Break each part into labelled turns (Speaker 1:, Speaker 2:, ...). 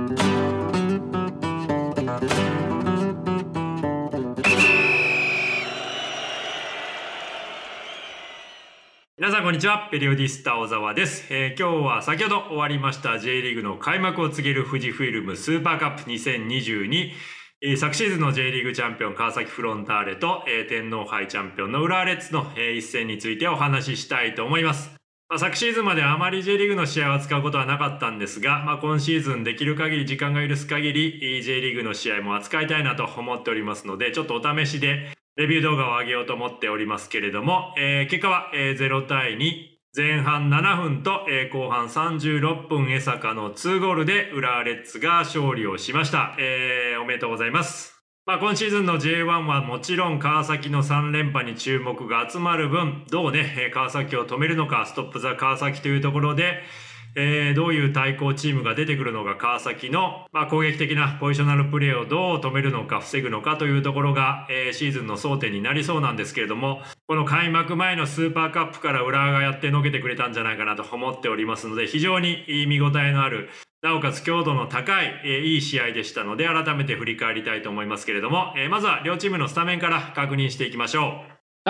Speaker 1: 皆さんこんにちは。ペリオディスタ小沢です。今日は先ほど終わりました J リーグの開幕を告げる富士フイルムスーパーカップ2022、昨シーズンの J リーグチャンピオン川崎フロンターレと、天皇杯チャンピオンの浦和レッズの、一戦についてお話ししたいと思います。昨シーズンまであまり J リーグの試合を扱うことはなかったんですが、今シーズンできる限り時間が許す限り J リーグの試合も扱いたいなと思っておりますので、ちょっとお試しでレビュー動画を上げようと思っておりますけれども、結果は、0対2、前半7分と、後半36分江坂の2ゴールで浦和レッズが勝利をしました。おめでとうございます。今シーズンの J1 はもちろん川崎の3連覇に注目が集まる分、どうね、川崎を止めるのか、ストップザ川崎というところで、どういう対抗チームが出てくるのか、川崎の、攻撃的なポジショナルプレーをどう止めるのか防ぐのかというところが、シーズンの争点になりそうなんですけれども、この開幕前のスーパーカップから浦和がやってのけてくれたんじゃないかなと思っておりますので、非常に見応えのある、なおかつ強度の高い、いい試合でしたので、改めて振り返りたいと思いますけれども、まずは両チームのスタメンから確認していきましょう。
Speaker 2: はい、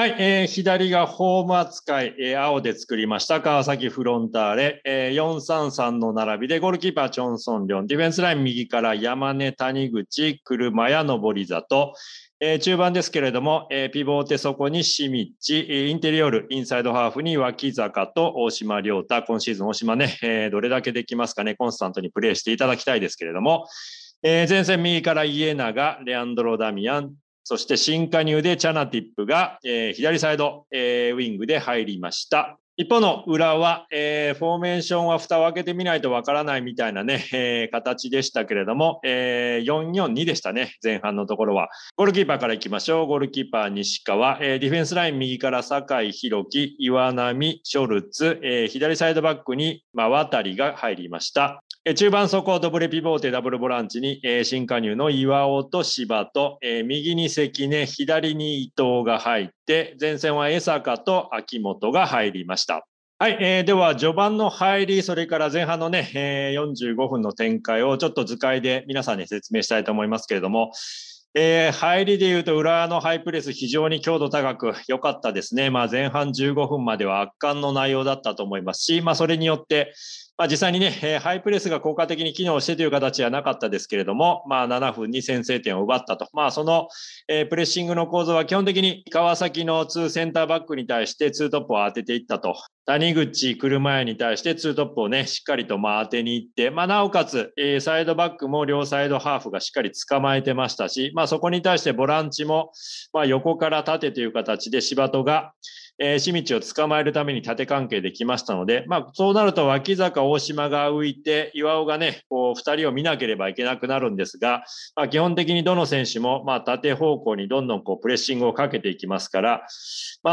Speaker 2: 左がホーム扱い、青で作りました川崎フロンターレ、4-3-3の並びでゴールキーパーチョンソンリョン、ディフェンスライン右から山根、谷口、車屋、上里、中盤ですけれども、ピボーテそこにシミッチ、インテリオール、インサイドハーフに脇坂と大島亮太、今シーズン大島ね、どれだけできますかね、コンスタントにプレーしていただきたいですけれども、前線右から家長、レアンドロ・ダミアン、そして新加入でチャナティップが、左サイド、ウィングで入りました。一方の裏は、フォーメーションは蓋を開けてみないとわからないみたいなね、形でしたけれども、4-4-2でしたね、前半のところは。ゴールキーパーからいきましょう。ゴールキーパー西川、ディフェンスライン右から酒井宏樹、岩波、ショルツ、左サイドバックに、渡が入りました。中盤底ドブレピボーテダブルボランチに、新加入の岩尾と柴と、右に関根、左に伊藤が入って、前線は江坂と秋元が入りました。はい、では序盤の入り、それから前半のね、45分の展開をちょっと図解で皆さんに説明したいと思いますけれども、入りでいうと浦和のハイプレス非常に強度高く良かったですね。前半15分までは圧巻の内容だったと思いますし、それによって実際にね、ハイプレスが効果的に機能してという形はなかったですけれども、7分に先制点を奪ったと。その、プレッシングの構造は基本的に川崎の2センターバックに対して2トップを当てていったと。谷口、車屋に対して2トップをね、しっかりと当てに行って、なおかつ、サイドバックも両サイドハーフがしっかり捕まえてましたし、そこに対してボランチも、横から縦という形で柴戸が、シミッチを捕まえるために縦関係できましたので、そうなると脇坂大島が浮いて、岩尾がね、2人を見なければいけなくなるんですが、基本的にどの選手も、縦方向にどんどんプレッシングをかけていきますから、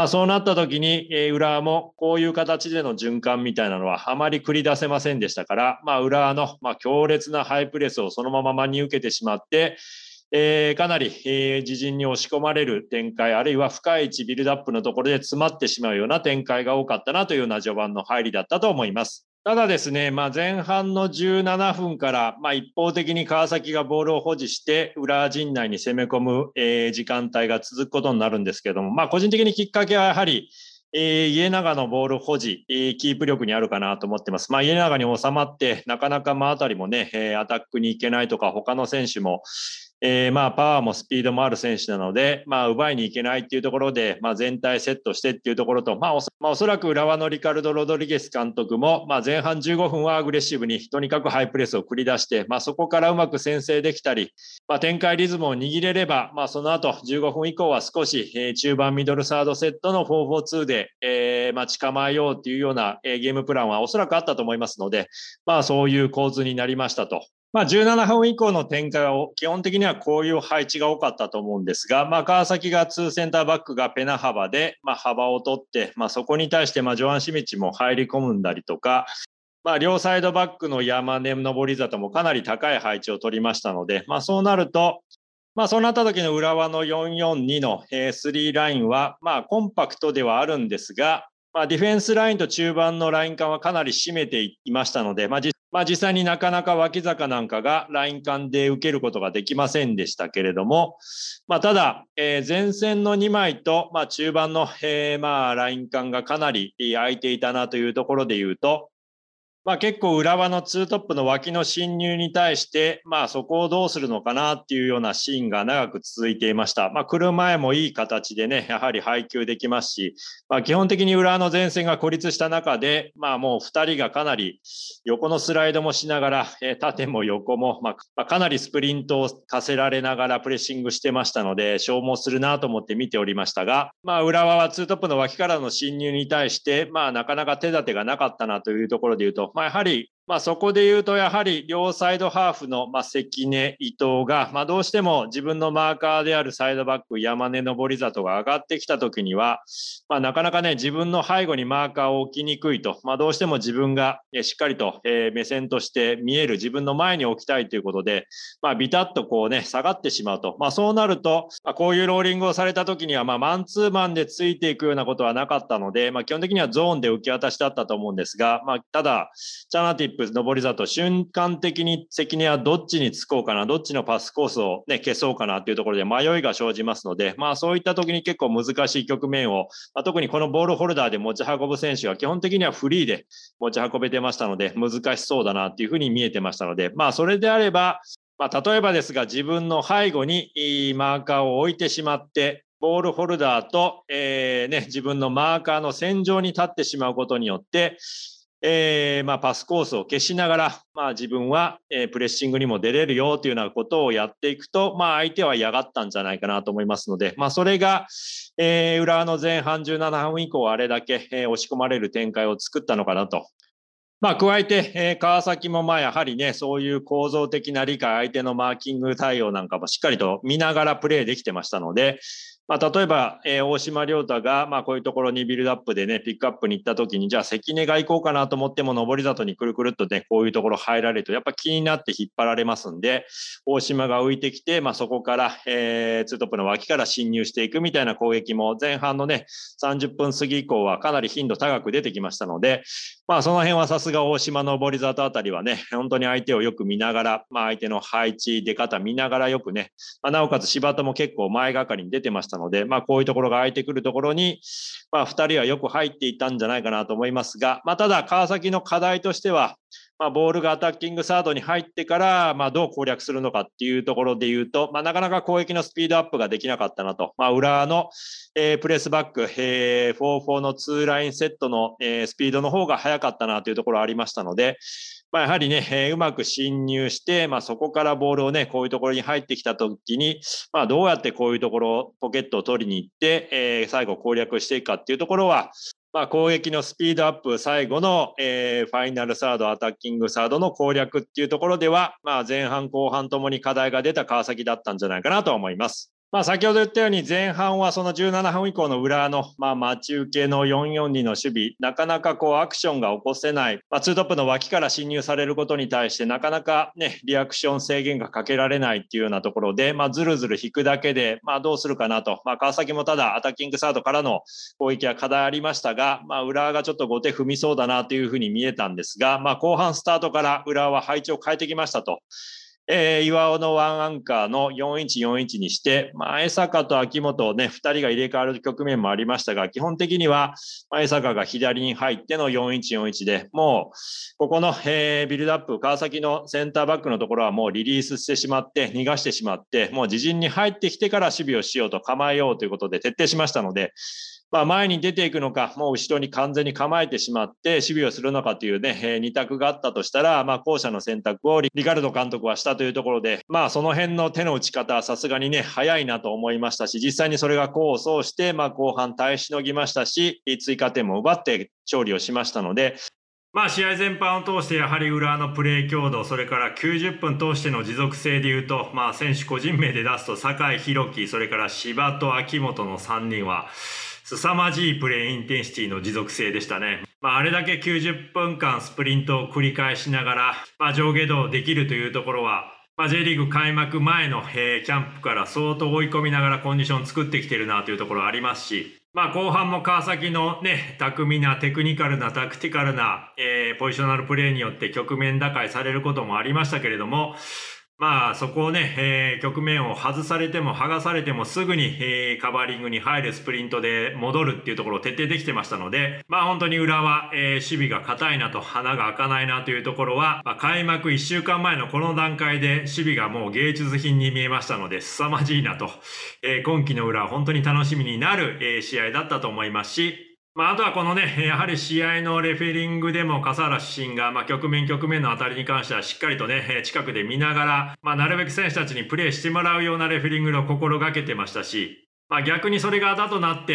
Speaker 2: そうなった時に、浦和もこういう形での循環みたいなのはあまり繰り出せませんでしたから、浦和の、強烈なハイプレスをそのまま真に受けてしまって、かなり、自陣に押し込まれる展開、あるいは深い位置ビルドアップのところで詰まってしまうような展開が多かったなというような序盤の入りだったと思います。ただですね、前半の17分から、一方的に川崎がボールを保持して浦和陣内に攻め込む、時間帯が続くことになるんですけれども、個人的にきっかけはやはり家長のボール保持、キープ力にあるかなと思ってます。家長に収まってなかなかあたりもね、アタックに行けないとか他の選手もパワーもスピードもある選手なので、奪いに行けないっていうところで、全体セットしてっていうところと、おそらく浦和のリカルド・ロドリゲス監督も、前半15分はアグレッシブにとにかくハイプレスを繰り出して、そこからうまく先制できたり、展開リズムを握れれば、その後15分以降は少し、中盤ミドルサードセットの 4-4-2 で、待ち構えようっていうような、ゲームプランはおそらくあったと思いますので、そういう構図になりましたと。17分以降の展開は基本的にはこういう配置が多かったと思うんですが、川崎が2センターバックがペナ幅で、幅を取って、そこに対してジョアン・シミッチも入り込んだりとか、両サイドバックの山根、上里もかなり高い配置を取りましたので、そうなると、そうなった時の浦和の4-4-2の3ラインは、コンパクトではあるんですが、 ディフェンスラインと中盤のライン間はかなり占めていましたので、実際になかなか脇坂なんかがライン間で受けることができませんでしたけれども、ただ、前線の2枚と、中盤の、ライン間がかなり空いていたなというところでいうと、結構浦和のツートップの脇の侵入に対して、そこをどうするのかなっていうようなシーンが長く続いていました。来る前もいい形でね、やはり配球できますし、基本的に浦和の前線が孤立した中で、もう2人がかなり横のスライドもしながら、縦も横も、かなりスプリントを課せられながらプレッシングしてましたので、消耗するなと思って見ておりましたが、浦和はツートップの脇からの侵入に対して、なかなか手立てがなかったなというところでいうと、やはりそこで言うとやはり両サイドハーフの関根、伊藤がどうしても自分のマーカーであるサイドバック山根登里が上がってきた時にはなかなかね自分の背後にマーカーを置きにくいとどうしても自分がしっかりと目線として見える自分の前に置きたいということでビタッとこうね下がってしまうとそうなるとこういうローリングをされた時にはマンツーマンでついていくようなことはなかったので基本的にはゾーンで受け渡しだったと思うんですがただチャナティップ上り里瞬間的に関根はどっちにつこうかなどっちのパスコースを、消そうかなというところで迷いが生じますのでそういった時に結構難しい局面を、特にこのボールホルダーで持ち運ぶ選手は基本的にはフリーで持ち運べてましたので難しそうだなっていうふうに見えてましたのでそれであれば、例えばですが自分の背後にマーカーを置いてしまってボールホルダーと、自分のマーカーの線上に立ってしまうことによってパスコースを消しながら、自分は、プレッシングにも出れるよというようなことをやっていくと、相手は嫌がったんじゃないかなと思いますので、それが、浦和の前半17分以降あれだけ、押し込まれる展開を作ったのかなと。加えて、川崎もやはりね、そういう構造的な理解、相手のマーキング対応なんかもしっかりと見ながらプレーできてましたので、例えば、大島亮太が、こういうところにビルドアップでね、ピックアップに行った時に、じゃあ関根が行こうかなと思っても、上り里にくるくるっとね、こういうところ入られると、やっぱ気になって引っ張られますんで、大島が浮いてきて、そこから、ツートップの脇から侵入していくみたいな攻撃も、前半のね、30分過ぎ以降はかなり頻度高く出てきましたので、その辺はさすが大島上り里あたりはね、本当に相手をよく見ながら、相手の配置、出方見ながらよくね、なおかつ柴田も結構前がかりに出てましたので、こういうところが空いてくるところに、2人はよく入っていたんじゃないかなと思いますが、ただ川崎の課題としては、ボールがアタッキングサードに入ってから、どう攻略するのかっていうところで言うと、なかなか攻撃のスピードアップができなかったなと。裏の、プレスバック、4-4の2ラインセットの、スピードの方が速かったなというところありましたので、やはりね、うまく侵入して、そこからボールをね、こういうところに入ってきたときに、どうやってこういうところ、ポケットを取りに行って、最後攻略していくかっていうところは、攻撃のスピードアップ、最後の、ファイナルサード、アタッキングサードの攻略っていうところでは、前半後半ともに課題が出た川崎だったんじゃないかなと思います。先ほど言ったように前半はその17分以降の浦和の待ち受けの4-4-2の守備、なかなかこうアクションが起こせない、ツートップの脇から侵入されることに対してなかなかね、リアクション制限がかけられないっていうようなところで、ずるずる引くだけで、どうするかなと。川崎もただアタッキングサードからの攻撃は課題ありましたが、浦和がちょっと後手踏みそうだなというふうに見えたんですが、後半スタートから浦和は配置を変えてきましたと。岩尾のワンアンカーの4-1-4-1にして、江坂と秋元ね、2人が入れ替わる局面もありましたが、基本的には江坂が左に入っての4-1-4-1で、もう、ここの、ビルドアップ、川崎のセンターバックのところはもうリリースしてしまって、逃がしてしまって、もう自陣に入ってきてから守備をしようと構えようということで徹底しましたので、前に出ていくのか、もう後ろに完全に構えてしまって守備をするのかというね、2択があったとしたら、後者の選択をリカルド監督はしたというところで、その辺の手の打ち方はさすがにね、早いなと思いましたし、実際にそれが功を奏して、後半耐えしのぎましたし、追加点も奪って勝利をしましたので、
Speaker 1: 試合全般を通してやはり浦和のプレー強度、それから90分通しての持続性でいうと、選手個人名で出すと酒井宏樹、それから柴と秋元の3人は凄まじいプレーインテンシティの持続性でしたね。あれだけ90分間スプリントを繰り返しながら、上下動できるというところは、J リーグ開幕前の、キャンプから相当追い込みながらコンディション作ってきてるなというところありますし、 後半も川崎のね、巧みなテクニカルなタクティカルな、ポジショナルプレーによって局面打開されることもありましたけれども、そこをね、局面を外されても剥がされてもすぐに、カバーリングに入るスプリントで戻るっていうところを徹底できてましたので、本当に浦和、守備が硬いなと、穴が開かないなというところは、開幕1週間前のこの段階で守備がもう芸術品に見えましたので、凄まじいなと、今季の浦和本当に楽しみになる、試合だったと思いますし、あとはこのね、やはり試合のレフェリングでも笠原主審が、局面の当たりに関してはしっかりとね、近くで見ながら、なるべく選手たちにプレーしてもらうようなレフェリングを心がけてましたし、逆にそれが後となって、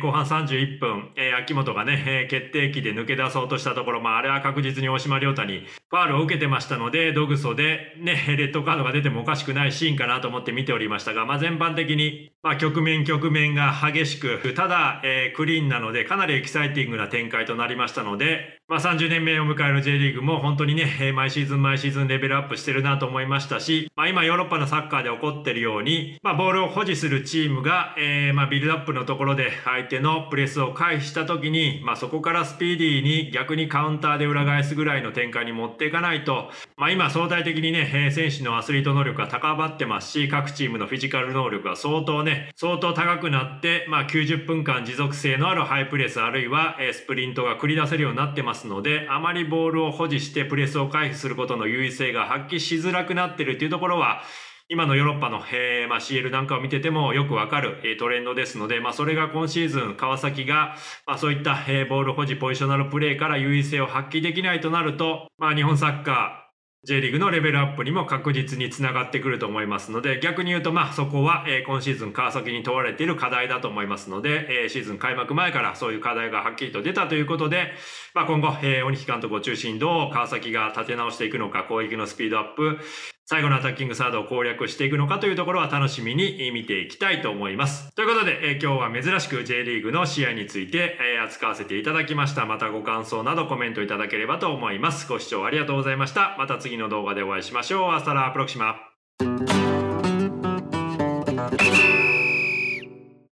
Speaker 1: 後半31分、秋元がね、決定機で抜け出そうとしたところ、あれは確実に大島亮太にファウルを受けてましたので、ドグソでね、レッドカードが出てもおかしくないシーンかなと思って見ておりましたが、全般的に、局面が激しく、ただ、クリーンなので、かなりエキサイティングな展開となりましたので、30年目を迎える J リーグも本当にね、毎シーズンレベルアップしてるなと思いましたし、今ヨーロッパのサッカーで起こってるように、ボールを保持するチームが、ビルドアップのところで相手のプレスを回避した時に、そこからスピーディーに逆にカウンターで裏返すぐらいの展開に持っていかないと、今相対的にね、選手のアスリート能力が高まってますし、各チームのフィジカル能力が相当高くなって、90分間持続性のあるハイプレスあるいはスプリントが繰り出せるようになってますので、あまりボールを保持してプレスを回避することの優位性が発揮しづらくなっているというところは、今のヨーロッパの、CL なんかを見ててもよくわかる、トレンドですので、それが今シーズン川崎が、そういった、ボール保持ポジショナルプレーから優位性を発揮できないとなると、日本サッカーJ リーグのレベルアップにも確実につながってくると思いますので、逆に言うとそこは、今シーズン川崎に問われている課題だと思いますので、シーズン開幕前からそういう課題がはっきりと出たということで、今後、鬼木監督を中心にどう川崎が立て直していくのか、攻撃のスピードアップ、最後のアタッキングサードを攻略していくのかというところは楽しみに見ていきたいと思います。ということで、今日は珍しく J リーグの試合について、扱わせていただきました。またご感想などコメントいただければと思います。ご視聴ありがとうございました。また次の動画でお会いしましょう。アスタラプロキシマ。